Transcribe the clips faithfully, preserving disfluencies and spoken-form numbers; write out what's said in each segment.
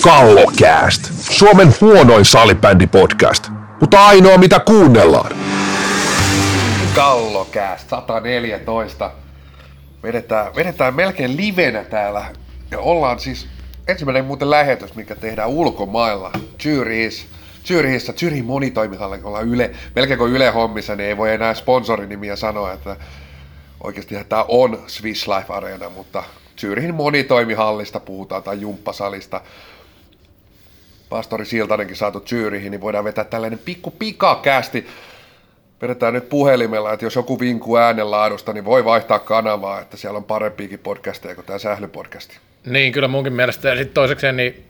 Kallokääst. Suomen huonoin salibändipodcast, mutta ainoa mitä kuunnellaan. Kallokääst sata neljätoista. Vedetään, vedetään melkein livenä täällä. Ja ollaan siis ensimmäinen muuten lähetys, mikä tehdään ulkomailla. Zürichissä. Zürichissä, Zürichin monitoimihalle, kun ollaan Yle, melkein kuin Yle hommissa, niin ei voi enää sponsorinimiä sanoa, että oikeasti tämä on Swiss Life Arena, mutta Zürichin monitoimihallista puhutaan tai jumppasalista. Pastori Siltanenkin saatu Zürichiin, niin voidaan vetää tällainen pikku pikakästi. Vedetään nyt puhelimella, että jos joku vinkuu äänenlaadusta, niin voi vaihtaa kanavaa, että siellä on parempiakin podcasteja kuin tämä Sähly-podcasti. Niin, kyllä munkin mielestä. Ja sitten toisekseen, niin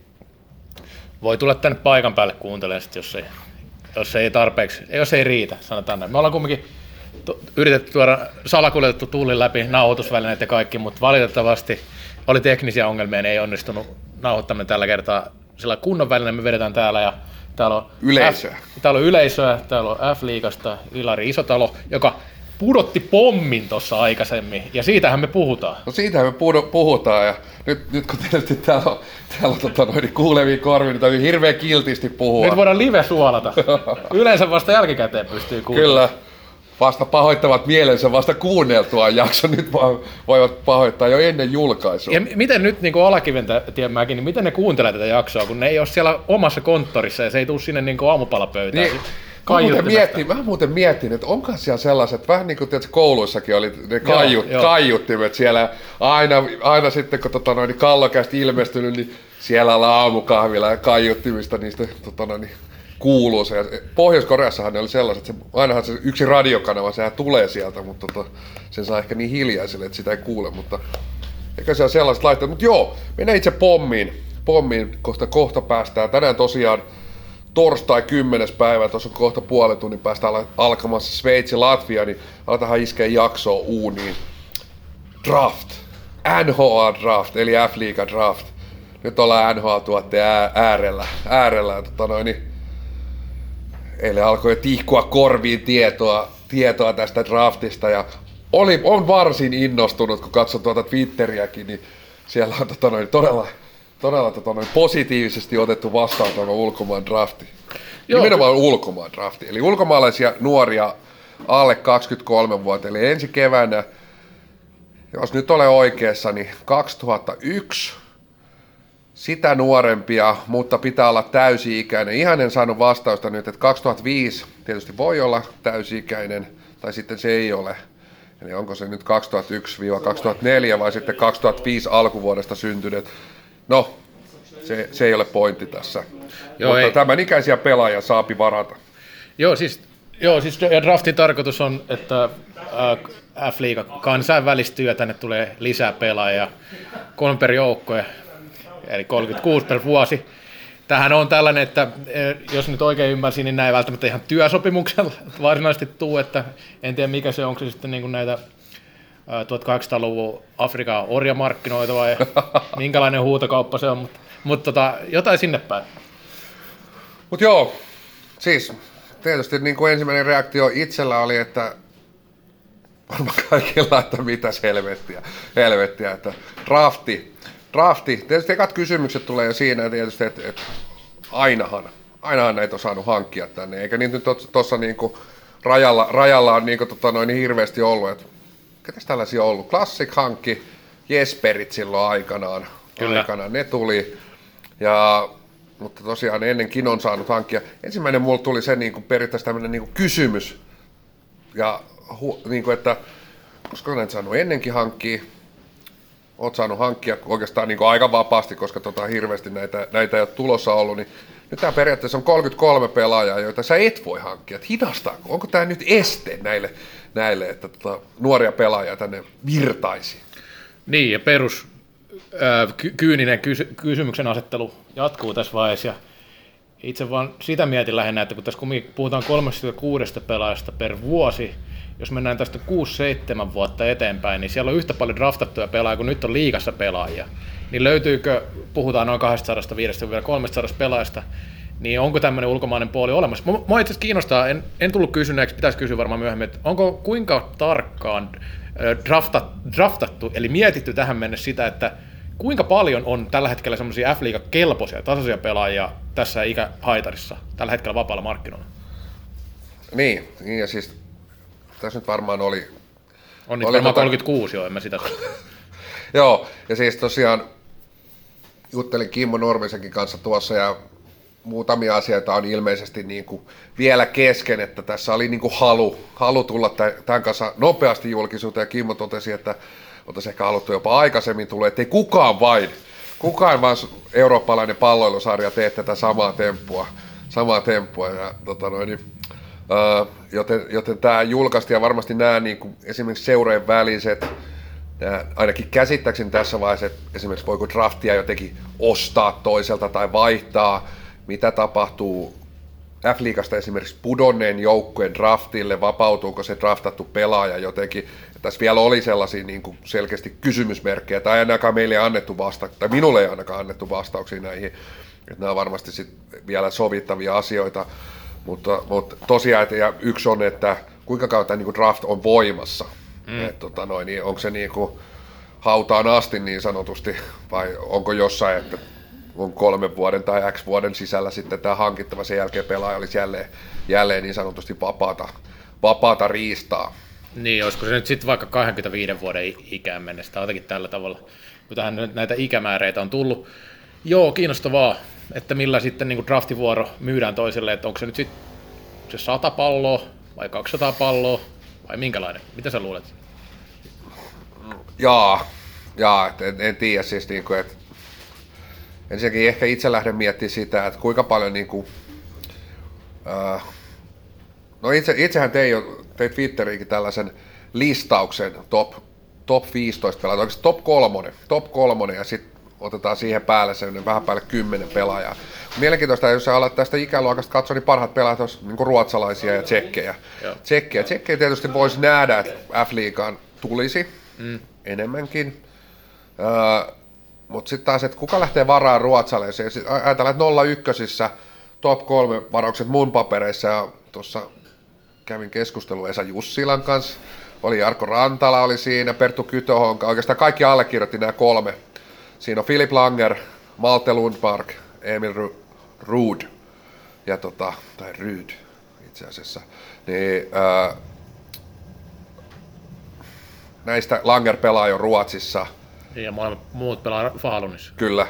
voi tulla tänne paikan päälle kuuntelemaan, jos ei, jos ei tarpeeksi, jos ei riitä, sanotaan näin. Me ollaan kumminkin tu- yritetty tuoda salakuljetettu tuulin läpi nauhoitusvälineet ja kaikki, mutta valitettavasti oli teknisiä ongelmia, niin ei onnistunut nauhoittaminen tällä kertaa. Sillä kunnon välinen me vedetään täällä ja täällä on yleisöä. F, täällä on yleisöä, täällä on F-liigasta Ilari Isotalo, joka pudotti pommin tuossa aikaisemmin, ja siitähän me puhutaan. No siitähän me puhutaan, ja nyt, nyt kun tietysti täällä on, täällä on tota, noin kuulevia korvia, niin täytyy hirveän kiltisti puhua. Nyt voidaan live suolata. Yleensä vasta jälkikäteen pystyy kuulemaan. Kyllä. Vasta pahoittavat mielensä vasta kuunneltua jakso, nyt voivat pahoittaa jo ennen julkaisua. Ja miten nyt niin Alakivenmäki, niin miten ne kuuntelee tätä jaksoa, kun ne ei ole siellä omassa konttorissa ja se ei tule sinne niin aamupalapöytään? Niin. Mä muuten, miettin, mä muuten miettin, että onkohan siellä sellaiset, vähän niin kuin tiedätkö, kouluissakin oli ne kaiut, joo, kaiuttimet siellä, aina, aina sitten kun tota noin, Kallokästi ilmestynyt, niin siellä on aamukahvilla ja kaiuttimista niistä tota noin, kuuluu se. Pohjois-Koreassahan ne oli sellaiset, että se, ainahan se yksi radiokanava, sehän tulee sieltä, mutta tota, sen saa ehkä niin hiljaiselle, että sitä ei kuule, mutta eikä siellä sellaiset laitteet. Mutta joo, mennään itse pommiin, pommiin kohta, kohta päästään. Tänään tosiaan torstai kymmenes päivä, tuossa on kohta puolen tunnin päästä alkamassa Sveitsi-Latvia, niin aletaan iskeä jaksoa uuniin. Draft, N H L-draft, eli F-liiga-draft. Nyt ollaan N H L-tuotteen äärellä, äärellä ja tota noin, niin eilen alkoi jo tihkua korviin tietoa, tietoa tästä draftista ja oli, on varsin innostunut, kun katson tuota Twitteriäkin, niin siellä on tota noin, todella, todella tota noin, positiivisesti otettu vastaan tämä ulkomaan drafti. Joo, nimenomaan ky- ulkomaan drafti, eli ulkomaalaisia nuoria alle kaksikymmentäkolme vuotta, eli ensi keväänä, jos nyt olen oikeassa, niin kaksituhattayksi, sitä nuorempia, mutta pitää olla täysi-ikäinen. Ihan en saanut vastausta nyt, että kaksituhattaviisi tietysti voi olla täysi-ikäinen, tai sitten se ei ole. Eli onko se nyt kaksituhattayksi kaksituhattaneljä vai sitten kaksituhattaviisi alkuvuodesta syntyneet. No, se, se ei ole pointti tässä. Joo, mutta ei. Tämän ikäisiä pelaajia saapi varata. Joo, siis, joo, siis draftin tarkoitus on, että äh, F-liiga kansainvälistyy ja tänne tulee lisää pelaajia, kolme per joukkoja. Eli kolmekymmentäkuusi per vuosi. Tämähän on tällainen, että jos nyt oikein ymmärsin, niin näin välttämättä ihan työsopimuksella varsinaisesti tuu, että en tiedä mikä se on, onko se sitten niin kuin näitä tuhatkahdeksansataaluvun Afrikan orjamarkkinoita vai minkälainen huutokauppa se on, mutta, mutta tota, jotain sinne päin. Mutta joo, siis tietysti niin kuin ensimmäinen reaktio itsellä oli, että varmaan kaikilla, että mitäs helvettiä, helvettiä että drafti. Drafti. Tietysti ekat kysymykset tulee jo siinä tietysti, että, että ainahan, ainahan näitä on saanut hankkia tänne, eikä niitä nyt tuossa niinku rajalla, rajalla on niinku tota noin niin hirveästi ollut, että ketäs tällaisia on ollut? Classic hankki, Jesperit silloin aikanaan, aikanaan ne tuli, ja, mutta tosiaan ennenkin on saanut hankkia. Ensimmäinen mulla tuli se niinku periaatteessa tämmöinen niinku kysymys, ja hu, niinku, että koska näitä saanut ennenkin hankkia, oot saanut hankkia oikeastaan niin kuin aika vapaasti, koska tota hirveästi näitä, näitä ei ole tulossa ollut, niin nyt tämä periaatteessa on kolmekymmentäkolme pelaajaa, joita sä et voi hankkia. Et hidastaako? Onko tämä nyt este näille, näille että tota, nuoria pelaajia tänne virtaisi? Niin, ja perus äh, ky- kyyninen kysy- kysymyksen asettelu jatkuu tässä vaiheessa, ja itse vaan sitä mietin lähinnä, että kun tässä puhutaan kolmekymmentäkuusi pelaajasta per vuosi, jos mennään tästä kuusi seitsemän vuotta eteenpäin, niin siellä on yhtä paljon draftattuja pelaajia kuin nyt on liigassa pelaajia. Niin löytyykö, puhutaan noin kaksisataaviisikymmentä kolmesataa pelaajasta, niin onko tämmöinen ulkomainen puoli olemassa? Mua itse asiassa kiinnostaa, en, en tullut kysyneeksi, pitäisi kysyä varmaan myöhemmin, että onko kuinka tarkkaan draftat, draftattu, eli mietitty tähän mennessä sitä, että kuinka paljon on tällä hetkellä semmoisia F-liigan kelpoisia, tasaisia pelaajia tässä ikähaitarissa tällä hetkellä vapaalla markkinoilla? Niin, niin ja siis tässä nyt varmaan oli... On nyt varmaan kolmekymmentäkuusi jo, en mä sitä Joo, ja siis tosiaan juttelin Kimmo Normisenkin kanssa tuossa ja muutamia asioita on ilmeisesti niin kuin vielä kesken, että tässä oli niin kuin halu, halu tulla tämän kanssa nopeasti julkisuuteen ja Kimmo totesi, että oltaisiin ehkä haluttu jopa aikaisemmin tulla, ettei kukaan vain, kukaan vaan eurooppalainen palloilusarja tee tätä samaa temppua, samaa temppua ja tota noin, niin, uh, joten, joten tämä julkaistiin ja varmasti nämä niin kuin esimerkiksi seurojen väliset, nämä, ainakin käsittääkseni tässä vaiheessa, että esimerkiksi voiko draftia jotenkin ostaa toiselta tai vaihtaa, mitä tapahtuu F-liigasta esimerkiksi pudonneen joukkueen draftille, vapautuuko se draftattu pelaaja jotenkin. Ja tässä vielä oli sellaisia niin kuin selkeästi kysymysmerkkejä, tai ainakaan meille ei annettu vasta, tai minulle ei ainakaan annettu vastauksia näihin, että nämä on varmasti sit vielä sovittavia asioita, mutta, mutta tosiaan, että, ja yksi on, että kuinka kauan tämä niin kuin draft on voimassa, mm. että, tota noin, niin onko se niin kuin hautaan asti niin sanotusti, vai onko jossain, että on kolmen vuoden tai X vuoden sisällä sitten tämä hankittava, sen jälkeen pelaaja olisi jälleen, jälleen niin sanotusti vapaata, vapaata riistaa. Niin, olisiko se nyt sitten vaikka kaksikymmentäviiden vuoden ikään mennessä, tai jotenkin tällä tavalla, kun tähän näitä ikämääreitä on tullut. Joo, kiinnostavaa, että millä sitten niin kuin draftivuoro myydään toiselle, että onko se nyt sitten se sata palloa vai kaksisataa palloa vai minkälainen? Mitä sä luulet? Jaa, jaa en, en tiedä siis, niin kuin, että ensinnäkin ehkä itse lähden miettimään sitä, että kuinka paljon niin kuin, äh, no itse, itsehän tein jo, tein Twitteriinkin tällaisen listauksen top, top viisitoista pelaajia, oikeasti top kolmonen, top kolmonen ja sitten otetaan siihen päälle sellainen vähän päälle kymmenen pelaajaa. Mielenkiintoista, jos sä alat tästä ikäluokasta katsoa, niin parhaat pelaajat olisivat niin ruotsalaisia ja tsekkejä. Tsekkejä. Tsekkejä tietysti voisi nähdä, että F-liigaan tulisi mm. enemmänkin. Äh, Mutta sitten taas, että kuka lähtee varaan ruotsalaisiin, ajatellaan, että nolla ykkösissä top kolme varaukset mun papereissa, ja tuossa kävin keskustelua Esa Jussilan kanssa, oli Jarkko Rantala oli siinä, Perttu Kytöhonka, oikeastaan kaikki allekirjoitti nämä kolme. Siinä on Filip Langer, Malte Lundmark, Emil Ruud, ja tota, tai Ryd itse asiassa, niin ää, näistä Langer pelaa jo Ruotsissa. Ja muut pelaa Falunissa. Kyllä.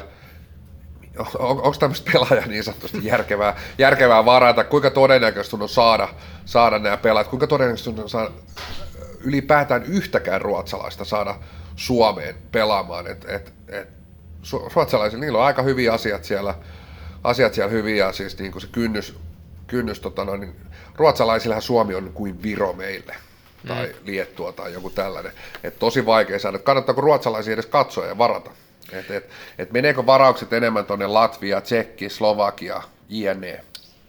On, onko tämmöistä pelaajaa niin sanotusti järkevää, järkevää varata? Kuinka todennäköistä on saada, saada nämä pelaajat? Kuinka todennäköistä on saada ylipäätään yhtäkään ruotsalaista saada Suomeen pelaamaan? Et, et, et, ruotsalaisilla niillä on aika hyviä asiat siellä, asiat siellä hyviä, siis niin kuin se kynnys, kynnys tota noin, niin ruotsalaisillahan Suomi on kuin Viro meille. Tai mm. Liettua tai joku tällainen. Et tosi vaikea saada. Kannattaako ruotsalaisia edes katsoa ja varata? Et, et, et meneekö varaukset enemmän tuonne Latvia, Tsekki, Slovakia, jne?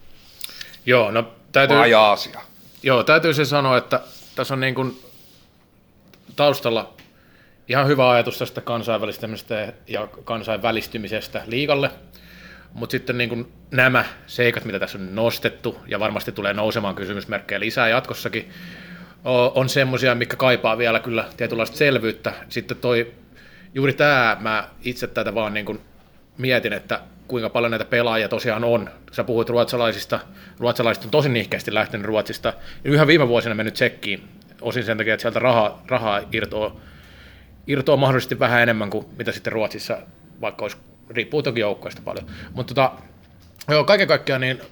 Joo, no täytyy... Vai Aasia? Joo, täytyy se sanoa, että tässä on niin kuin taustalla ihan hyvä ajatus tästä kansainvälistämisestä ja kansainvälistymisestä liigalle, mutta sitten niin kuin nämä seikat, mitä tässä on nostettu, ja varmasti tulee nousemaan kysymysmerkkejä lisää jatkossakin, on semmoisia, mikä kaipaa vielä kyllä tietynlaista selvyyttä. Sitten toi, juuri tämä, mä itse tätä vaan niin kuin mietin, että kuinka paljon näitä pelaajia tosiaan on. Sä puhuit ruotsalaisista, ruotsalaiset on tosi nihkeästi lähtenyt Ruotsista, yhä viime vuosina mennyt Tsekkiin, osin sen takia, että sieltä rahaa, rahaa irtoaa, irtoaa mahdollisesti vähän enemmän kuin mitä sitten Ruotsissa, vaikka olisi, riippuu toki joukkoista paljon. Mutta tota, joo, kaiken kaikkiaan niin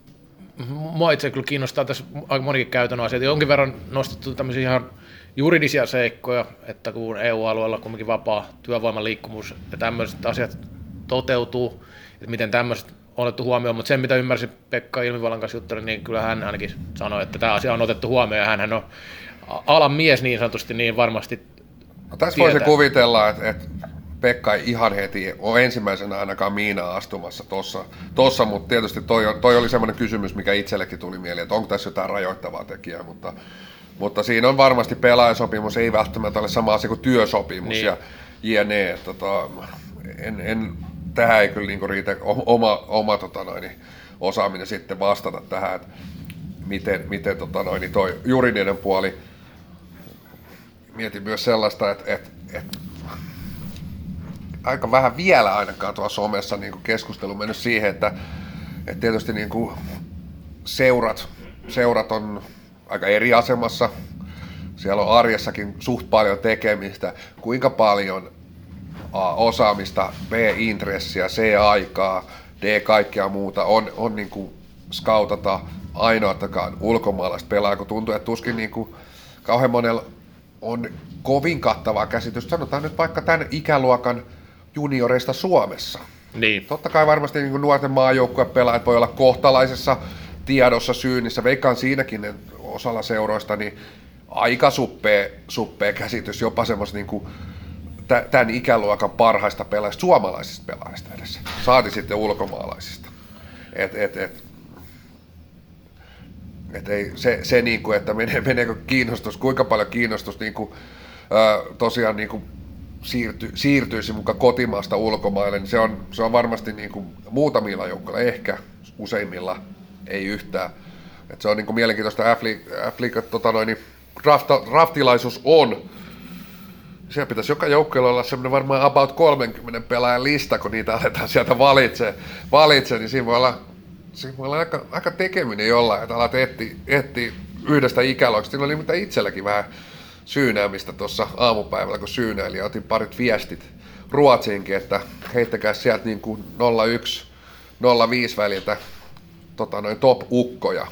mua itse kyllä kiinnostaa tässä aika monikin käytännön asioita. Jonkin verran nostettu tämmöisiä ihan juridisia seikkoja, että kun E U-alueella kuitenkin vapaa työvoiman liikkuvuus ja tämmöiset asiat toteutuu, että miten tämmöiset on otettu huomioon, mutta sen mitä ymmärsin Pekka Ilmivalan kanssa juttelin, niin kyllä hän ainakin sanoi, että tämä asia on otettu huomioon ja hän on alan mies niin sanotusti, niin varmasti no, tässä voisi kuvitella, että, että Pekka ei ihan heti ole ensimmäisenä ainakaan miinaa astumassa tuossa, tossa, mutta tietysti toi, toi oli semmoinen kysymys, mikä itsellekin tuli mieleen, että onko tässä jotain rajoittavaa tekijää, mutta, mutta siinä on varmasti pelaajasopimus, ei välttämättä ole sama asia kuin työsopimus niin. ja jne. Tota, en, en, tähän ei kyllä niinku riitä oma, oma tota noin, osaaminen sitten vastata tähän, että miten, miten tota noin, toi juridinen puoli. Mietin myös sellaista, että, että, että aika vähän vielä ainakaan tuolla somessa niin kuin keskustelu mennyt siihen, että, että tietysti niin kuin seurat, seurat on aika eri asemassa. Siellä on arjessakin suht paljon tekemistä. Kuinka paljon A, osaamista, B, intressiä, C, aikaa, D, kaikkea muuta on, on niin kuin skautata ainoatakaan ulkomaalaista pelaajaa, kun tuntuu, että tuskin niin kuin kauhean monella on kovin kattavaa käsitystä. Sanotaan nyt vaikka tämän ikäluokan junioreista Suomessa. Niin. Totta kai varmasti niin kuin nuorten maajoukkuepelaajat voi olla kohtalaisessa tiedossa syynnissä. Veikkaan siinäkin että osalla seuroista niin aika suppea, suppea käsitys jopa semmoista niin kuin tämän ikäluokan parhaista pelaajista, suomalaisista pelaajista edessä. Saati sitten ulkomaalaisista. Et, et, et. Et ei, se, se niin kuin, että menee, meneekö kiinnostus, kuinka paljon kiinnostus niin kuin, ää, tosiaan niin kuin siirty, siirtyisi mukaan kotimaasta ulkomaille, niin se on, se on varmasti niin kuin muutamilla joukkoilla, ehkä useimmilla ei yhtään. Et se on niin kuin mielenkiintoista, F-liiga, tota noin, niin drafta, draftilaisuus on. Siellä pitäisi joka joukkueella olla semmoinen varmaan about kolmenkymmenen pelaajan lista, kun niitä aletaan sieltä valitse, valitse niin siinä voi olla, siinä voi olla aika, aika tekeminen jollain, että alat etsiä, etsiä yhdestä ikäluokasta. Siinä oli mitä itselläkin vähän syynäämistä tuossa aamupäivällä, kun syynäilin ja otin parit viestit Ruotsiinkin, että heittäkää sieltä niin kuin nolla yksi nolla viisi väliltä tota, noin top-ukkoja.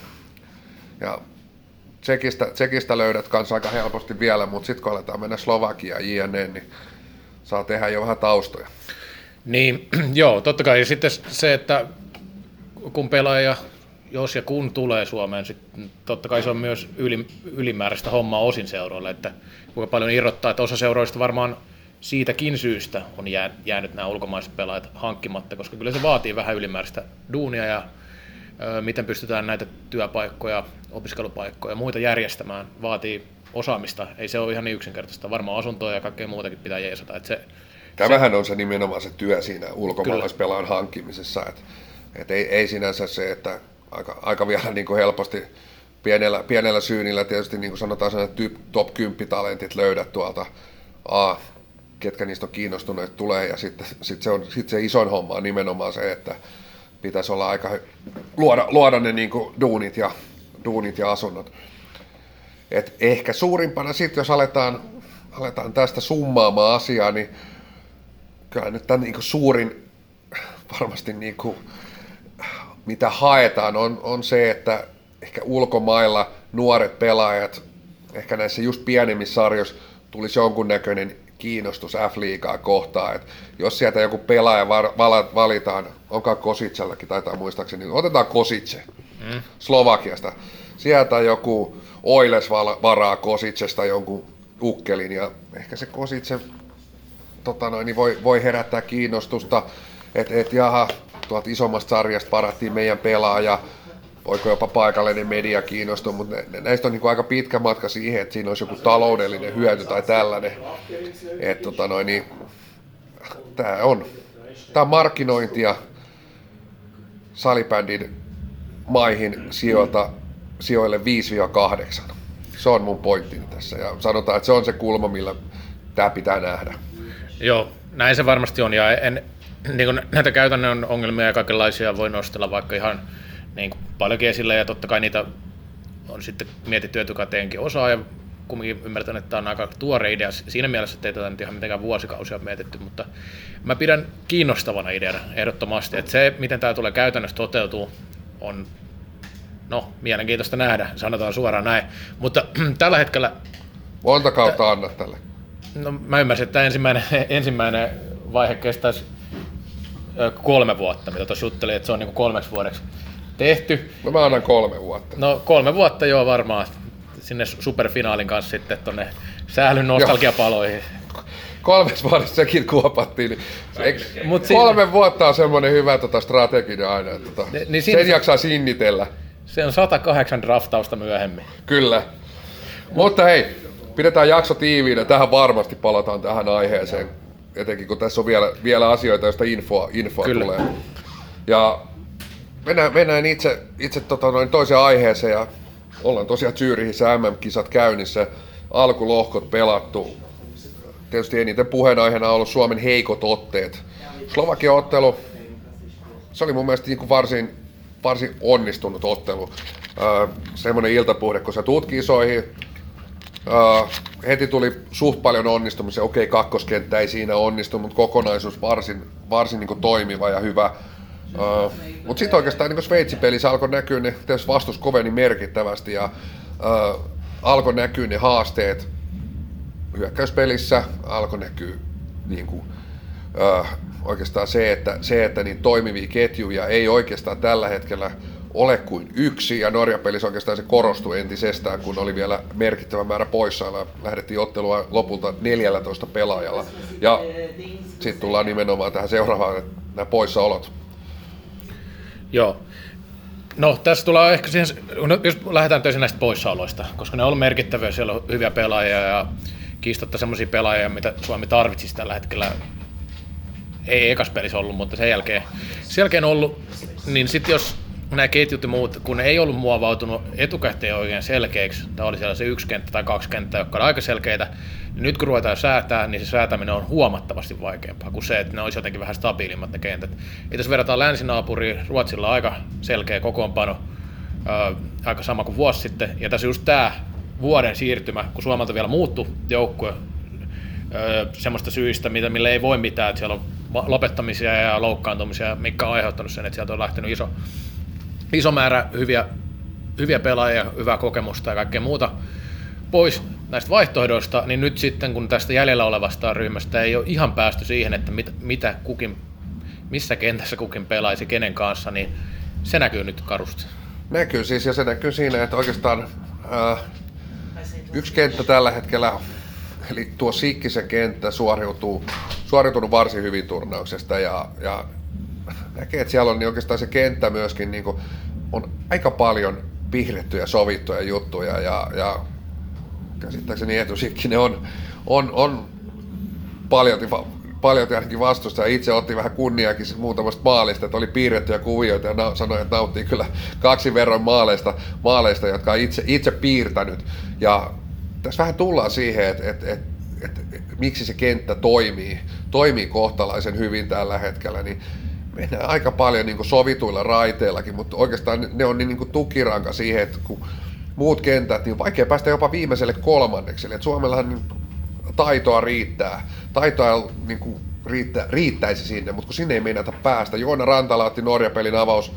Ja Tsekistä, Tsekistä löydät kanssa aika helposti vielä, mutta sitten kun aletaan mennä Slovakiaan jne, niin saa tehdä jo vähän taustoja. Niin, joo, totta kai. Ja sitten se, että kun pelaaja, jos ja kun tulee Suomeen, sitten totta kai se on myös yli, ylimääräistä hommaa osin seuroille, että kuinka paljon irrottaa, että osa seuroista varmaan siitäkin syystä on jää, jäänyt nämä ulkomaiset pelaajat hankkimatta, koska kyllä se vaatii vähän ylimääräistä duunia ja ö, miten pystytään näitä työpaikkoja, opiskelupaikkoja ja muita järjestämään, vaatii osaamista. Ei se ole ihan niin yksinkertaista. Varmaan asuntoja ja kaikkea muutakin pitää jeesata. Että se, Tämähän se, on se nimenomaan se työ siinä ulkomaalaispelaajan hankkimisessa. Että et ei, ei sinänsä se, että aika, aika vielä niin kuin helposti pienellä, pienellä syynillä tietysti niin kuin sanotaan sellaiset top kymmenen talentit löydät tuolta A, ketkä niistä on kiinnostuneet tulee ja sitten sit se, on, sit se isoin homma on nimenomaan se, että pitäisi olla aika luoda, luoda ne niin kuin duunit, ja, duunit ja asunnot. Et ehkä suurimpana sitten, jos aletaan, aletaan tästä summaamaan asiaa, niin kyllä nyt tämän niin kuin suurin varmasti niin kuin, mitä haetaan on, on se, että ehkä ulkomailla nuoret pelaajat, ehkä näissä just pienemmissä sarjoissa tulisi jonkunnäköinen kiinnostus F-liigaa kohtaan, että jos sieltä joku pelaaja valitaan, onkaan Kositsellakin, taitaa muistaakseni, niin otetaan Kosice mm. Slovakiasta. Sieltä joku Oiles varaa Kosicesta jonkun ukkelin, ja ehkä se Kosice tota noin, niin voi, voi herättää kiinnostusta, että et, jaha, tuolta isommasta sarjasta varattiin meidän pelaaja, voiko jopa paikallinen media kiinnostua, mutta näistä on niin kuin aika pitkä matka siihen, että siinä olisi joku taloudellinen hyöty tai tällainen. Et, tota noin, niin, tämä on, tää on markkinointia salibändin maihin sijoilta, sijoille viisi kahdeksan. Se on mun pointtini tässä ja sanotaan, että se on se kulma, millä tämä pitää nähdä. Joo, näin se varmasti on ja en, niin kuin näitä käytännön ongelmia ja kaikenlaisia voi nostella vaikka ihan niin kuin paljonkin esille ja totta kai niitä on sitten mietitty etukäteenkin osaa ja kumminkin ymmärtän, että tämä on aika tuore idea siinä mielessä, että ei tätä nyt ihan mitenkään vuosikausia mietitty, mutta mä pidän kiinnostavana ideana ehdottomasti, että se miten tämä tulee käytännössä toteutuu on no mielenkiintoista nähdä, sanotaan suoraan näin, mutta tällä hetkellä monta kautta anna tälle? No mä ymmärsin, että ensimmäinen, ensimmäinen vaihe kestäisi kolme vuotta, mitä tuossa juttelin, että se on niin kuin kolmeksi vuodeksi tehty. No mä annan kolme vuotta. No kolme vuotta joo varmaan sinne superfinaalin kanssa sitten tuonne säälyn nostalgiapaloihin. Kolmes vuodessa sekin kuopattiin. Niin, Mut kolme siinä, vuotta on semmoinen hyvä tota, strateginen aina, että tota, niin, niin sen siinä, jaksaa sinnitellä. Se on sata kahdeksan draftausta myöhemmin. Kyllä. Mutta hei, pidetään jakso tiiviinä. Tähän varmasti palataan tähän aiheeseen. Etenkin kun tässä on vielä, vielä asioita, joista infoa, infoa tulee. Ja mennään, mennään itse, itse tota, noin toiseen aiheeseen. Ja ollaan tosiaan Zürichissä M M-kisat käynnissä. Alkulohkot pelattu. tietysti eniten puheenaiheena on ollut Suomen heikot otteet. Slovakian ottelu, se oli mun mielestä niin kuin varsin, varsin onnistunut ottelu. Äh, semmoinen iltapuhde, kun sä tuut kisoihin, äh, heti tuli suht paljon onnistumisia. Okei, kakkoskenttä ei siinä onnistu, mutta kokonaisuus varsin, varsin niin kuin toimiva ja hyvä. Uh, mutta sitten oikeastaan niin Sveitsi-pelissä alkoi näkyä ne, tietysti vastus koveni merkittävästi ja uh, alkoi näkyä ne haasteet hyökkäyspelissä, alkoi näkyä niin kuin, uh, oikeastaan se, että, se, että niin toimivia ketjuja ei oikeastaan tällä hetkellä ole kuin yksi, ja Norja-pelissä oikeastaan se korostui entisestään, kun oli vielä merkittävä määrä poissailla ja lähdettiin ottelua lopulta neljällätoista pelaajalla. Ja sitten tullaan nimenomaan tähän seuraavaan, nämä poissaolot. Joo. No tässä tulee ehkä siihen, no, jos lähdetään töisin näistä poissaoloista, koska ne on ollut merkittäviä, siellä on hyviä pelaajia ja kiistatta semmoisia pelaajia, mitä Suomi tarvitsisi tällä hetkellä. Ei ekas pelissä ollut, mutta sen jälkeen, sen jälkeen ollut, niin sitten jos nämä ketjut ja muut, kun ne ei ollut muovautunut etukäteen oikein selkeiksi, tai oli siellä se yksi kenttä tai kaksi kenttää, jotka on aika selkeitä, niin nyt kun ruvetaan säätää, niin se säätäminen on huomattavasti vaikeampaa kuin se, että ne olisi jotenkin vähän stabiilimmat ne kentät. Ja jos verrataan länsinaapuriin, Ruotsilla on aika selkeä kokoonpano, ää, aika sama kuin vuosi sitten, ja tässä just tämä vuoden siirtymä, kun Suomelta vielä muuttui joukkue semmoista syistä, millä ei voi mitään, että siellä on lopettamisia ja loukkaantumisia, mikä on aiheuttanut sen, että sieltä on lähtenyt iso, iso määrä hyviä, hyviä pelaajia, hyvää kokemusta ja kaikkea muuta pois näistä vaihtoehdoista, niin nyt sitten kun tästä jäljellä olevasta ryhmästä ei ole ihan päästy siihen, että mit, mitä kukin, missä kentässä kukin pelaisi kenen kanssa, niin se näkyy nyt karusti. Näkyy siis, ja se näkyy siinä, että oikeastaan äh, yksi kenttä tällä hetkellä, eli tuo Sikkisen kenttä suoriutuu, suoriutunut varsin hyvin turnauksesta, ja, ja näkee, että siellä on niin oikeastaan se kenttä myöskin, niin kuin, on aika paljon piirrettyjä, sovittuja juttuja, ja, ja käsittääkseni Eetu Sikkinen on, on, on paljon, paljon ainakin vastusta, ja itse otti vähän kunniakin muutamasta maalista, että oli piirrettyjä kuvioita, ja na, sanoi, että nauttii kyllä kaksi verran maaleista, maaleista jotka on itse, itse piirtänyt, ja tässä vähän tullaan siihen, että, että, että, että, että miksi se kenttä toimii, toimii kohtalaisen hyvin tällä hetkellä, niin mennään aika paljon niin kuin sovituilla raiteillakin, mutta oikeastaan ne on niin kuin tukiranka siihen, että kun muut kentät, niin on vaikea päästä jopa viimeiselle kolmannekselle. Et Suomellahan niin taitoa riittää, taitoa niin kuin riittää, riittäisi sinne, mutta kun sinne ei meinata päästä. Joona Rantala otti Norja-pelin avaus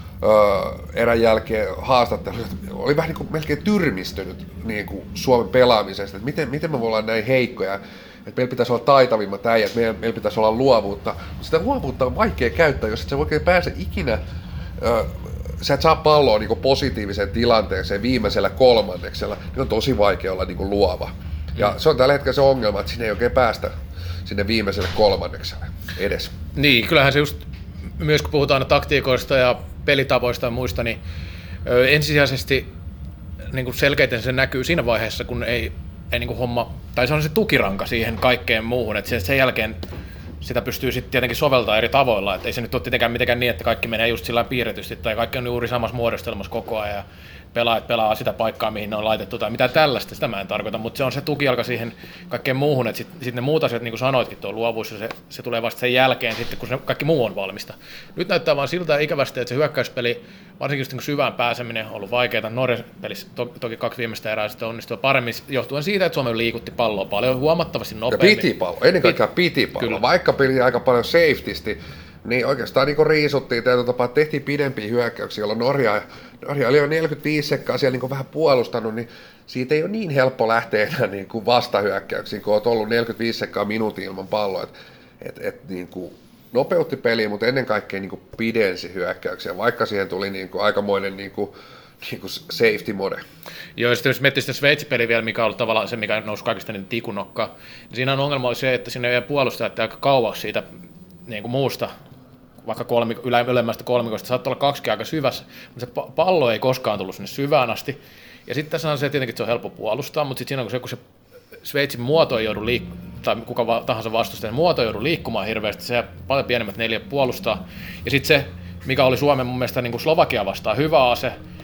öö, erän jälkeen haastattelussa, oli vähän niin kuin melkein tyrmistynyt niin kuin Suomen pelaamisesta, että miten, miten me ollaan näin heikkoja, että meillä pitäisi olla taitavimmat äijät, meillä, meillä pitäisi olla luovuutta, mutta sitä luovuutta on vaikea käyttää, jos et sä oikein pääse ikinä, öö, sä et saa palloa niin kuin positiiviseen tilanteeseen viimeisellä kolmanneksella, niin on tosi vaikea olla niin kuin luova. Ja se on tällä hetkellä se ongelma, että sinne ei oikein päästä sinne viimeiselle kolmannekselle edes. Niin, kyllähän se just, myös kun puhutaan taktiikoista ja pelitavoista ja muista, niin ö, ensisijaisesti niin kuin selkeiten se näkyy siinä vaiheessa, kun ei, ei niin kuin homma, tai se on se tukiranka siihen kaikkeen muuhun, että sen, sen jälkeen sitä pystyy sitten tietenkin soveltamaan eri tavoilla, että ei se nyt ole tietenkään mitenkään niin, että kaikki menee just sillä piirretysti, tai kaikki on juuri samassa muodostelmassa koko ajan, ja pelaajat pelaa sitä paikkaa, mihin ne on laitettu, tai mitä tällaista, sitä mä en tarkoita, mutta se on se tukijalka siihen kaikkeen muuhun, että sitten sit ne muut asiat, niin kuin sanoitkin, tuo luovuus, se, se tulee vasta sen jälkeen, sitten, kun se kaikki muu on valmista. Nyt näyttää vaan siltä ikävästi, että se hyökkäyspeli, varsinkin just niin syvään pääseminen on ollut vaikeaa. Norjan pelissä to, toki kaksi viimeistä erää sitten onnistui paremmin, johtuen siitä, että Suomi liikutti palloa paljon huomattavasti nopeammin. Ja piti palloa, ennen kaikkea piti palloa, vaikka peli aika paljon safetysti. Niin oikeastaan niin riisuttiin tietyllä tapaa, tehtiin pidempiä hyökkäyksiä, jolloin Norja, Norja oli jo neljäkymmentäviisi sekkaa siellä niin vähän puolustanut, niin siitä ei ole niin helppo lähteä enää niin kuin vastahyökkäyksiin, kun olet ollut neljäkymmentäviisi sekkaa minuutin ilman palloa. Et, et, et, niin kuin nopeutti peliä, mutta ennen kaikkea niin kuin pidensi hyökkäyksiä, vaikka siihen tuli niin kuin aikamoinen niin kuin, niin kuin safety mode. Joo, ja sitten jos miettii sitä Sveitsi-peliä vielä, mikä on ollut tavallaan se, mikä nousi kaikista niin tikunokkaan, niin siinä on ongelma oli se, että sinne ei puolustajat aika kauas siitä niin kuin muusta, vaikka kolmik- ylä- ylemmästä kolmikosta, saattaa olla kaksikin aika syvässä, mutta se pallo ei koskaan tullut sinne syvään asti. Ja sitten tässä on se tietenkin, että se on helppo puolustaa, mutta sitten siinä on se, kun se Sveitsin muoto ei joudu liik- tai kuka tahansa vastustajan muoto ei joudu liikkumaan hirveästi, se paljon pienemmät neljä puolustaa. Ja sitten se, mikä oli Suomen mun mielestä niin kuin Slovakia vastaan hyvä ase,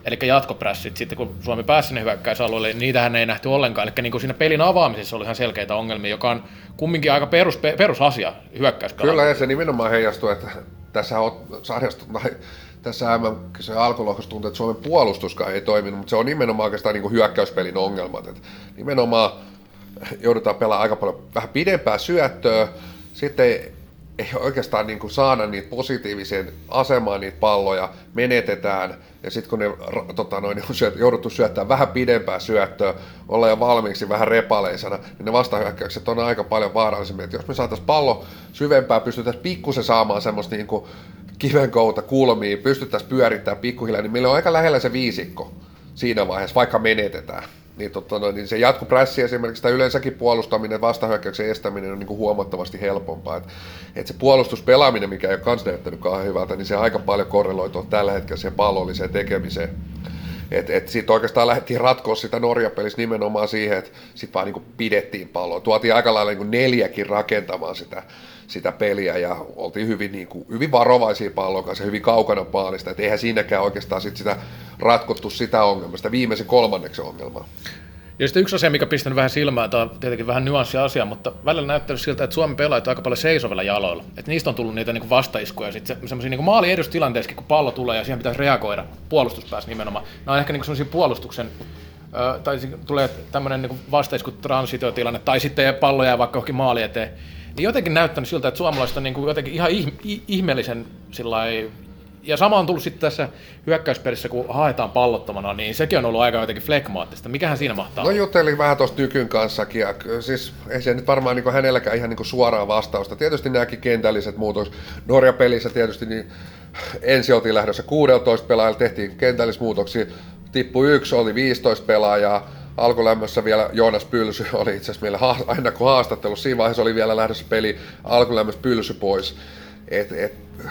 eli jatkoprässit, sitten kun Suomi pääsi sinne hyökkäysalueelle, niin niitähän ei nähty ollenkaan. Eli niin kuin siinä pelin avaamisessa oli ihan selkeitä ongelmia, joka on kumminkin aika perus, perusasia hyökkäyspelaaja. Kyllä, ja se nimenomaan heijastuu, että tässä on sarjasta, tässä M M-kisojen alkulohkossa tuntuu, että Suomen puolustuskaan ei toiminut, mutta se on nimenomaan oikeastaan niin kuin hyökkäyspelin ongelmat. Että nimenomaan joudutaan pelaamaan aika paljon vähän pidempää syöttöä, sitten ei, ei oikeastaan niin kuin saada niitä positiiviseen asemaan niitä palloja, menetetään, ja sitten kun ne tota noin, on syöt, jouduttu syöttämään vähän pidempää syöttöä, ollaan jo valmiiksi vähän repaleisena, niin ne vastahyökkäykset on aika paljon vaarallisemmin. Että jos me saataisiin pallo syvempää, pystyttäisiin pikkusen saamaan semmoista niin kuin kivenkouta kulmia, pystyttäisiin pyörittämään pikkuhiljaa, niin meillä on aika lähellä se viisikko siinä vaiheessa, vaikka menetetään. Niin, totta, no, niin se jatkoprässi esimerkiksi tai yleensäkin puolustaminen, vastahyökkäyksen estäminen on niin kuin huomattavasti helpompaa. Että et se puolustuspelaaminen, mikä ei ole kans näyttänyt kauhean hyvältä, niin se aika paljon korreloituu tällä hetkellä siihen pallolliseen tekemiseen. Että et sitten oikeastaan lähdettiin ratkoa sitä Norja-pelissä nimenomaan siihen, että sitten vaan niin kuin pidettiin palloa. Tuotiin aika lailla niin kuin neljäkin rakentamaan sitä, sitä peliä ja oltiin hyvin, niin kuin, hyvin varovaisia pallon kanssa, hyvin kaukana paalista. Että eihän siinäkään oikeastaan sit sitä ratkottu sitä ongelmaa, sitä viimeisen kolmanneksen ongelmaa. Ja sitten yksi asia, mikä pistänyt vähän silmään, tämä on tietenkin vähän nyanssia asia, mutta välillä näyttänyt siltä, että Suomen pelaajat on aika paljon seisovilla jaloilla. Että niistä on tullut niitä niinku vastaiskuja, sitten se, semmoisia niinku maali edustilanteessakin, kun pallo tulee ja siihen pitäisi reagoida, puolustuspäässä nimenomaan. Nämä on ehkä niinku semmoisia puolustuksen, ö, tai tulee tämmöinen niinku vastaisku-transitiotilanne, tai sitten pallo jää vaikka johonkin maali eteen. Niin jotenkin näyttänyt siltä, että suomalaiset on niinku jotenkin ihan ihmeellisen sillai. Ja sama on tullut sitten tässä hyökkäyspelissä, kun haetaan pallottomana, niin sekin on ollut aika jotenkin flekmaattista. Mikähän siinä mahtaa? No juttelin vähän tuosta Nykyn kanssakin, ja siis ei se nyt varmaan niin hänelläkään ihan niin suoraa vastausta. Tietysti nämäkin kentälliset muutokset. Norja-pelissä tietysti niin ensin oltiin lähdössä kuusitoista pelaajalla, tehtiin kentällismuutoksia, tippui yksi, oli viisitoista pelaajaa. Alkulämmössä vielä Joonas Pylsy oli itse asiassa meillä ha- aina kun haastattelu, siinä vaiheessa oli vielä lähdössä peli, alkulämmössä Pylsy pois. Et, et,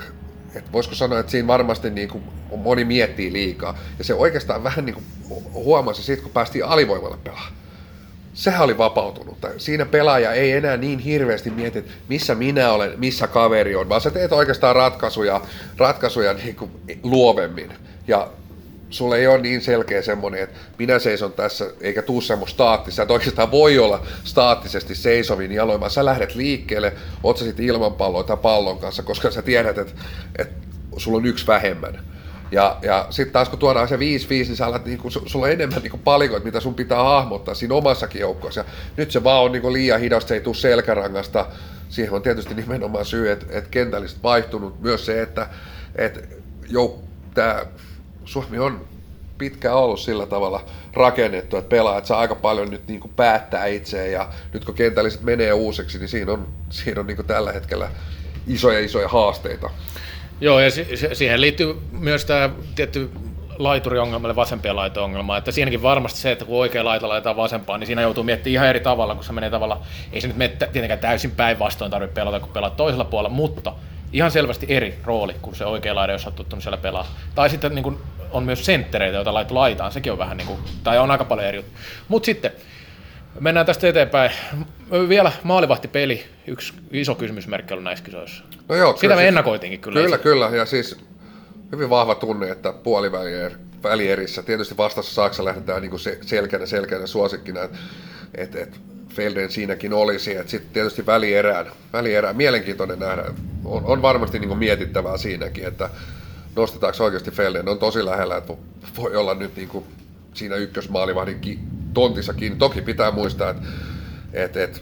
Et voisiko sanoa, että siinä varmasti niin kuin moni miettii liikaa. Ja se oikeastaan vähän niin kuin huomasi siitä, kun päästiin alivoimalle pelaamaan. Sehän oli vapautunut. Siinä pelaaja ei enää niin hirveästi mieti, että missä minä olen, missä kaveri on, vaan sä teet oikeastaan ratkaisuja, ratkaisuja niin kuin luovemmin. Ja sulle ei ole niin selkeä semmoinen, että minä seison tässä, eikä tuu semmoista staattista, että oikeastaan voi olla staattisesti seisovin jaloin, vaan sä lähdet liikkeelle, oot sä sitten ilman palloa tai pallon kanssa, koska sä tiedät, että, että sulla on yksi vähemmän. Ja, ja sitten taas kun tuodaan se viisi viisi, niin sä alat, niin kun, sulla on enemmän niin palikoita, mitä sun pitää hahmottaa siinä omassakin joukkoissa. Ja nyt se vaan on niin liian hidasta, se ei tule selkärangasta. Siihen on tietysti nimenomaan syy, että, että kentälliset vaihtunut. Myös se, että, että jouk- tää Suomi on pitkään ollut sillä tavalla rakennettu, että pelaajat saa aika paljon nyt niin kuin päättää itseään, ja nyt kun kentälliset menee uusiksi, niin siinä on, siinä on niin kuin tällä hetkellä isoja isoja haasteita. Joo, ja siihen liittyy myös tämä tietty laituriongelma, eli vasempien laito-ongelma, että siinäkin varmasti se, että kun oikea laita laitetaan vasempaan, niin siinä joutuu miettimään ihan eri tavalla, kun se menee tavalla, ei se nyt mene tietenkään täysin päinvastoin tarvitse pelata, kun pelaat toisella puolella, mutta ihan selvästi eri rooli, kun se oikea laida, jos olet tuttunut siellä pelaa. Tai sitten niin kuin, on myös senttereitä, joita laitu laitaan, sekin on vähän niin kuin, tai on aika paljon eri juttu. Mutta sitten mennään tästä eteenpäin. Vielä maalivahtipeli, yksi iso kysymysmerkki on näissä kisoissa. No joo, sitä me siis ennakoitinkin kyllä. Kyllä, kyllä, ja siis hyvin vahva tunne, että puolivälierissä, tietysti vastassa Saksa lähdetään niin kuin selkeänä selkeänä suosikkina, että et, et Felden siinäkin olisi, että sitten tietysti välierään, välierään mielenkiintoinen nähdä, on, on varmasti niin kuin mietittävää siinäkin, että nostetaanko oikeasti Felden, on tosi lähellä, että voi olla nyt niin kuin siinä ykkösmaalivahdin tontissakin. Toki pitää muistaa, että et, et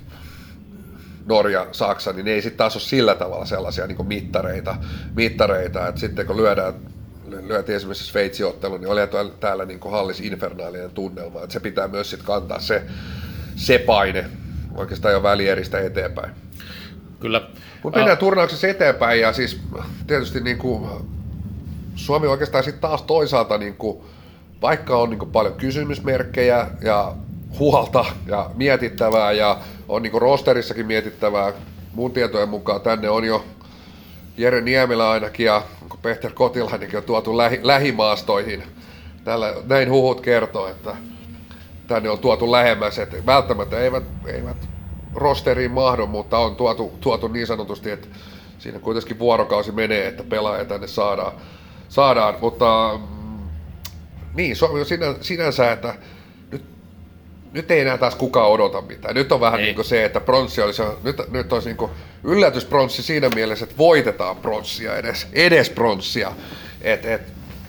Norja, Saksa, niin ne ei sitten taas ole sillä tavalla sellaisia niin kuin mittareita, mittareita, että sitten kun lyödään, lyötiin esimerkiksi Sveitsi-ottelu, niin oli täällä niin kuin hallis infernaalinen tunnelma, että se pitää myös sitten kantaa se, se paine oikeastaan jo välieristä eteenpäin. Kyllä. Mutta mennään uh, turnauksessa eteenpäin, ja siis tietysti niin kuin Suomi oikeastaan sitten taas toisaalta, niin kuin, vaikka on niin kuin paljon kysymysmerkkejä ja huolta ja mietittävää, ja on niin kuin rosterissakin mietittävää, mun tietojen mukaan tänne on jo Jere Niemelä ainakin ja Peter Kotilainenkin on tuotu lähi, lähimaastoihin. Tällä, näin huhut kertoo, että tänne on tuotu lähemmäs, että välttämättä eivät, eivät rosteriin mahdu, mutta on tuotu, tuotu niin sanotusti, että siinä kuitenkin vuorokausi menee, että pelaajia tänne saadaan. saadaan. Mutta niin, sinä, sinänsä, että nyt, nyt ei enää taas kukaan odota mitään. Nyt on vähän ei. niin kuin se, että pronssi olisi, nyt, nyt olisi niin kuin yllätyspronssi siinä mielessä, että voitetaan pronssia edes, edes pronssia. Et, et,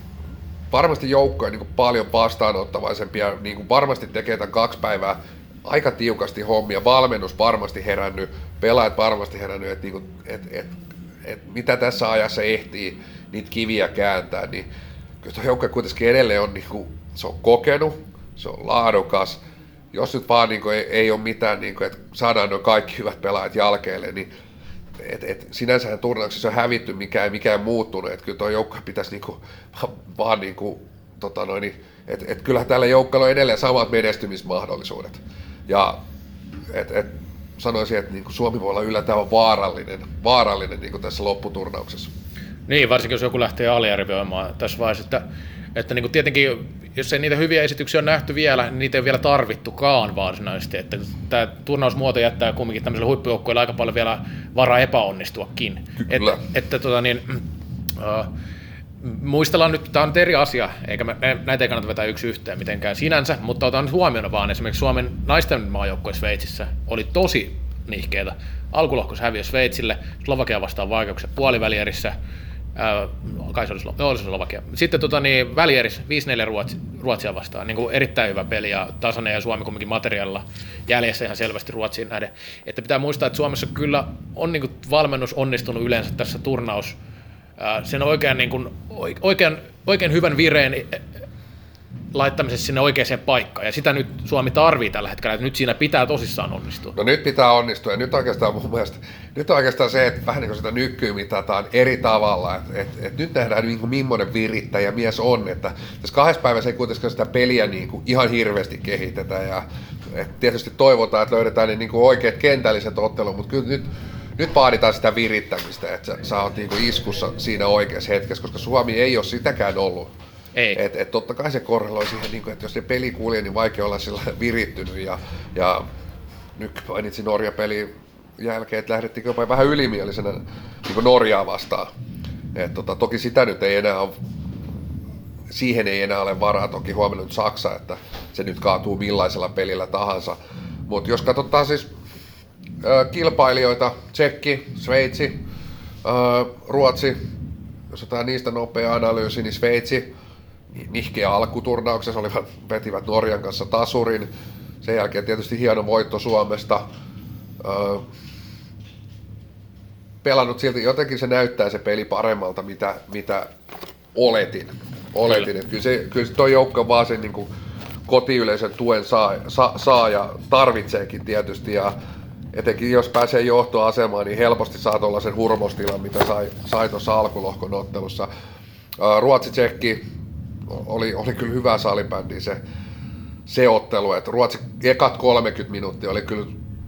varmasti joukkoja niin kuin paljon vastaanottavaisempia, niin kuin varmasti tekee tämän kaksi päivää aika tiukasti hommia, valmennus varmasti herännyt, pelaajat varmasti herännyt, että niin et, et, et, mitä tässä ajassa ehtii niitä kiviä kääntää, niin kyllä tuo joukko kuitenkin edelleen on, niin kuin, se on kokenut, se on laadukas, jos nyt vaan niin kuin, ei, ei ole mitään, niin kuin, että saadaan nuo kaikki hyvät pelaajat jalkeille, niin et, et, sinänsähän turnauksessa on hävitty, mikä ei mikään muuttunut, että kyllä tuo joukko pitäisi niin kuin, vaan niin kuin, tota noin, että et, kyllähän tällä joukkoilla on edelleen samat menestymismahdollisuudet. Ja et, et, sanoisin, että niin kuin Suomi voi olla yllättävän vaarallinen, vaarallinen niin kuin tässä lopputurnauksessa. Niin, varsinkin jos joku lähtee aliarvioimaan tässä vaiheessa, että, että niin kuin tietenkin, jos ei niitä hyviä esityksiä on nähty vielä, niin niitä ei ole vielä tarvittukaan varsinaisesti, että tämä turnausmuoto jättää kumminkin tämmöiselle huippujoukkueelle aika paljon vielä varaa epäonnistuakin. Kyllä. Että, että tota niin, uh, muistellaan nyt, tämä on nyt eri asia, eikä me, näitä ei kannata vetää yksi yhteen mitenkään sinänsä, mutta otan nyt huomioon vaan esimerkiksi Suomen naisten maajoukkue Sveitsissä oli tosi nihkeitä. Alkulohkossa häviö Sveitsille, Slovakia vastaan vaikeuksia puolivälierissä, ää, kai se oli, Slo- oli Slovakia. Sitten tota, niin, välierissä viisi neljä Ruotsi, Ruotsia vastaan, niin kuin erittäin hyvä peli ja tasainen ja Suomi kumminkin materiaalilla jäljessä ihan selvästi Ruotsiin nähden. Että pitää muistaa, että Suomessa kyllä on niin kuin valmennus onnistunut yleensä tässä turnaus, sen oikean, niin kuin, oikean, oikein hyvän vireen laittamisessa sinne oikeaan paikkaan, ja sitä nyt Suomi tarvii tällä hetkellä, että nyt siinä pitää tosissaan onnistua. No nyt pitää onnistua, ja nyt oikeastaan mun mielestä, nyt on oikeastaan se, että vähän niin kuin sitä nykyä mitataan eri tavalla, että et, et nyt nähdään niin kuin millainen virittäjä mies on, että tässä kahdessa päivässä ei kuitenkaan sitä peliä niin kuin ihan hirveästi kehitetä, ja et tietysti toivotaan, että löydetään ne niin kuin oikeat kentälliset ottelut, mutta kyllä nyt Nyt vaaditaan sitä virittämistä, että sä, sä oot niinku iskussa siinä oikeassa hetkessä, koska Suomi ei ole sitäkään ollut. Ei. Et, et totta kai se korreloi siihen, niinku, että jos se peli kulje, niin vaikea olla sillä virittynyt. Ja, ja nyt mainitsin Norja-pelin jälkeen, että lähdettiin jopa vähän ylimielisenä niinku Norjaa vastaan. Et, tota, toki sitä nyt ei enää ole, siihen ei enää ole varaa, toki huomenna nyt Saksa, että se nyt kaatuu millaisella pelillä tahansa. Mutta jos katsotaan siis kilpailijoita, Tsekki, Sveitsi, Ruotsi, jos otetaan niistä nopea analyysi, niin Sveitsi nihkeä alkuturnauksessa olivat, vetivät Norjan kanssa tasurin, sen jälkeen tietysti hieno voitto Suomesta, pelannut silti, jotenkin se näyttää se peli paremmalta, mitä, mitä oletin, oletin. Kyllä. Kyllä, se, kyllä se toi joukko vaan sen niin kuin kotiyleisön tuen saa, saa, saa ja tarvitseekin tietysti, ja etenkin jos pääsee johtoasemaan, niin helposti saa tuollaisen hurmostilan, mitä sai, sai tuossa alkulohkon ottelussa. Ruotsi-Tsekki oli, oli kyllä hyvä salibändi se, se ottelu, että Ruotsi ekat kolmekymmentä minuuttia oli kyllä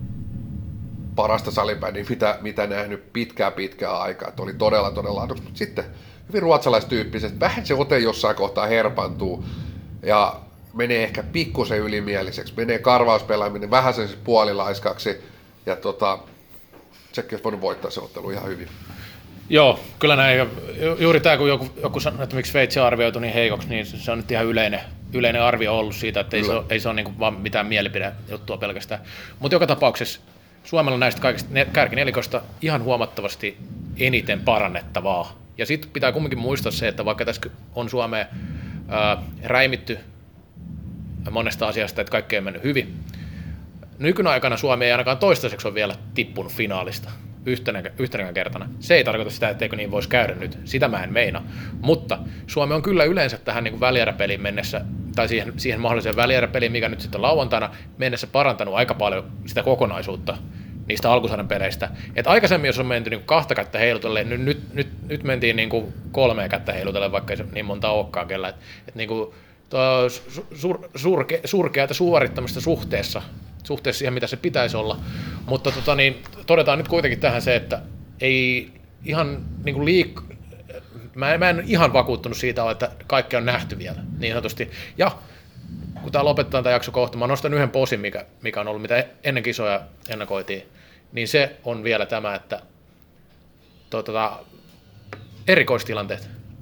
parasta salibändiä, mitä, mitä nähnyt pitkään pitkään aikaa, että oli todella todella laadukas, mutta sitten hyvin ruotsalaistyyppiset, vähän se ote jossain kohtaa herpantuu ja menee ehkä pikkusen ylimieliseksi, menee karvauspelaaminen vähän sen puolilaiskaksi, ja tota, Tsekki olisi voinut voittaa se ottelu ihan hyvin. Joo, kyllä näin. Ja juuri tämä, kun joku, joku sanoo, että miksi Sveitsi on arvioitu niin heikoksi, niin se on nyt ihan yleinen, yleinen arvio ollut siitä, että ei se, ei se ole niin vaan mitään mielipidejuttua pelkästään. Mutta joka tapauksessa Suomella on näistä kaikista kärkinelikoista ihan huomattavasti eniten parannettavaa. Ja sitten pitää kumminkin muistaa se, että vaikka tässä on Suomeen ää, räimitty monesta asiasta, että kaikki ei mennyt hyvin, nykyaikana Suomi ei ainakaan toistaiseksi ole vielä tippunut finaalista yhtenä, yhtenä kertana. Se ei tarkoita sitä, etteikö niin voisi käydä nyt. Sitä mä en meina. Mutta Suomi on kyllä yleensä tähän niin kuin välieräpeliin mennessä, tai siihen, siihen mahdolliseen välieräpeliin, mikä nyt sitten lauantaina mennessä parantanut aika paljon sitä kokonaisuutta niistä alkusarjan peleistä. Et aikaisemmin, jos on menty niin kuin kahta kättä heilutelle, nyt, nyt, nyt, nyt mentiin niin kuin kolmea kättä heilutelle, vaikka ei se niin monta olekaan kellä. Et, et niin kuin sur, surke, surkeata suorittamista suhteessa, suhteessa siihen, mitä se pitäisi olla. Mutta tota, niin, todetaan nyt kuitenkin tähän se, että ei ihan niin kuin liik... Mä en, mä en ihan vakuuttunut siitä, että kaikki on nähty vielä, niin sanotusti. Ja kun tämä lopetetaan tämä jakso kohta, mä nostan yhden posin, mikä, mikä on ollut, mitä ennen kisoja ennakoitiin, niin se on vielä tämä, että tota, erikoistilanteet.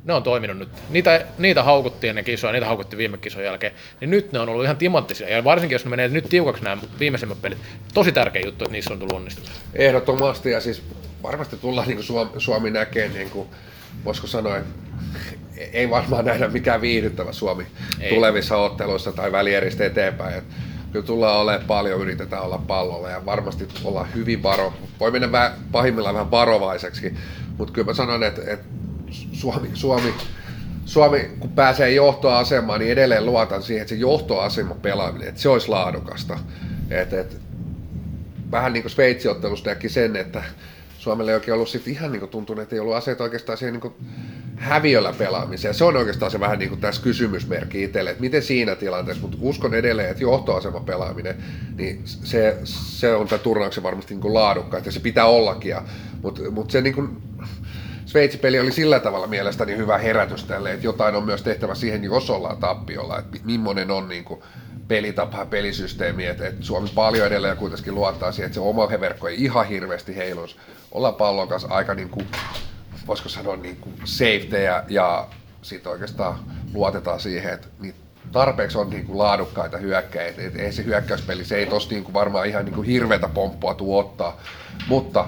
ne on toiminut nyt. Niitä, niitä haukuttiin ennen kisoja, niitä haukuttiin viime kisojen jälkeen, niin nyt ne on ollut ihan timanttisia. Ja varsinkin, jos ne menee nyt tiukaksi nämä viimeisimmät pelit, tosi tärkeä juttu, että niissä on tullut onnistunut. Ehdottomasti, ja siis varmasti tullaan, niin kuin Suomi, Suomi näkee, niin kuin, voisiko sanoa, että ei varmaan nähdä mikään viihdyttävä Suomi ei. tulevissa otteluissa tai välieristä eteenpäin. Et kyllä tullaan olemaan paljon, yritetään olla pallolla ja varmasti ollaan hyvin varo. Voi mennä vähän, pahimmillaan vähän varovaiseksi, mutta kyllä mä sanon, että, että Suomi, Suomi, Suomi, kun pääsee johtoasemaan, niin edelleen luotan siihen, että se johtoasema pelaaminen, että se olisi laadukasta. Et, et, vähän niin kuin Sveitsi-ottelusta näki sen, että Suomelle ei oikein ollut sit ihan niin kuin tuntunut, että ei ollut aseita oikeastaan siihen niin kuin häviöllä pelaamiseen. Se on oikeastaan se vähän niin kuin tässä kysymysmerkki itselle, että miten siinä tilanteessa, mutta uskon edelleen, että johtoasema pelaaminen, niin se, se on tämä turnauksen varmasti niin kuin laadukkaita ja se pitää ollakin. Mutta mut se niin kuin Sveitsi-peli oli sillä tavalla mielestäni hyvä herätys tälle, että jotain on myös tehtävä siihen, jos ollaan tappiolla, että millainen on niin kuin pelitapa ja pelisysteemi, että, että Suomi paljon edelleen kuitenkin luottaa siihen, että se oma verkko ei ihan hirveästi heiluisi. Ollaan pallon kanssa aika, niin kuin, voisiko sanoa, niin kuin safetyjä ja sitten oikeastaan luotetaan siihen, että niitä tarpeeksi on niin kuin laadukkaita hyökkäitä. Et ei se hyökkäyspeli, se ei tosta niin kuin varmaan ihan niin kuin hirveätä pomppua tuu ottaa, mutta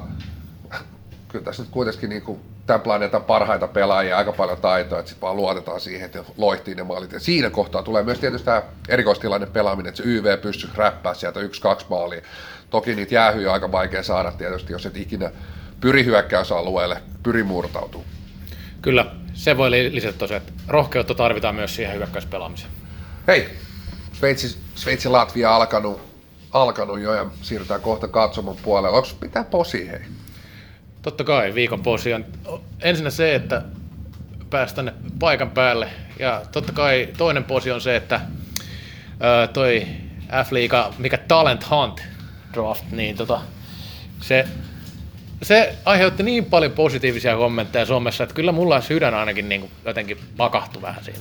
kyllä tässä nyt kuitenkin niin kuin tämän planeetan parhaita pelaajia, aika paljon taitoa, että sitten vaan luotetaan siihen, että loihtii ne maalit. Ja siinä kohtaa tulee myös tietysti tämä erikoistilanne pelaaminen, että se Y V pystyy räppää sieltä yksi kaksi maalia. Toki niitä jäähyjä on aika vaikea saada tietysti, jos et ikinä pyri hyökkäysalueelle, pyri murtautuu. Kyllä, se voi lisätä tosiaan, että rohkeutta tarvitaan myös siihen hyökkäyspelaamiseen. Hei, Sveitsi, Sveitsi Latvia alkanut, alkanut jo ja siirrytään kohta katsomon puolelle. Onko pitää posi, hei? Totta kai, viikon posi on ensinnä se, että päästään paikan päälle, ja totta kai toinen posi on se, että ää, toi F-liiga, mikä Talent Hunt draft, niin tota, se, se aiheutti niin paljon positiivisia kommentteja Suomessa, että kyllä mulla sydän ainakin niin kuin jotenkin pakahtui vähän siinä.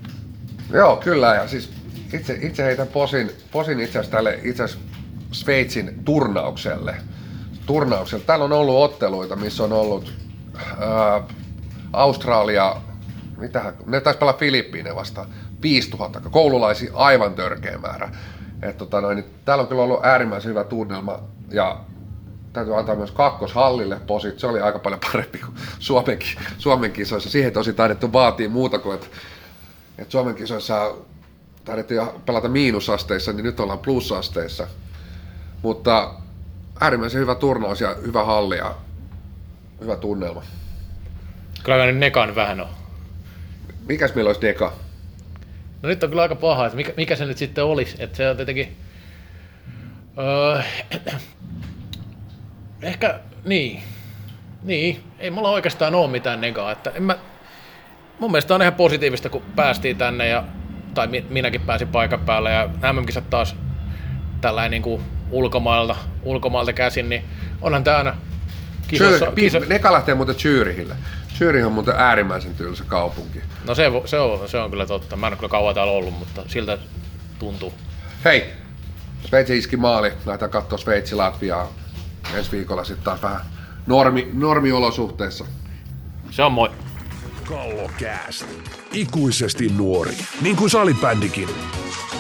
Joo, kyllä, ja siis itse, itse heitän posin, posin itse asiassa tälle itse asiassa Sveitsin turnaukselle. turnauksella. Täällä on ollut otteluita, missä on ollut ää, Australia, mitähän, ne taisi pelaa Filippiineen vastaan, viisituhatta, koululaisia aivan törkeä määrä. Et, tota, noin, niin, täällä on kyllä ollut äärimmäisen hyvä tunnelma ja täytyy antaa myös kakkoshallille posit, se oli aika paljon parempi kuin Suomenkin, Suomen kisoissa. Siihen tosi taidettu vaatii muuta kuin, että, että Suomen kisoissa taidettiin pelata miinusasteissa, niin nyt ollaan plusasteissa. Mutta äärimmäisen hyvä turnaus ja hyvä halli ja hyvä tunnelma. Kyllä nyt Nekan vähän on. Mikäs meillä olisi Neka? No nyt on kyllä aika paha, että mikä, mikä se nyt sitten olisi. Että se on tietenkin Öö, ehkä niin. Niin, ei mulla oikeastaan ole mitään negaa. Että en mä, mun mielestä on ihan positiivista, kun päästiin tänne, ja, tai minäkin pääsin paikan päälle, ja M M-kisat taas tällainen niin kuin ulkomailta, ulkomailta käsin, niin onhan tää aina kisossa. Kiso... Neka lähtee muuten Zürihille. Zürich on muuten äärimmäisen tylsä kaupunki. No se, se, on, se on kyllä totta. Mä en ole kyllä kauan täällä ollut, mutta siltä tuntuu. Hei, Sveitsi iski maali. Lähdetään katsoa Sveitsi Latviaa ensi viikolla sitten taas vähän normi, normiolosuhteissa. Se on moi. Kallokääst. Ikuisesti nuori, niin kuin salibändikin.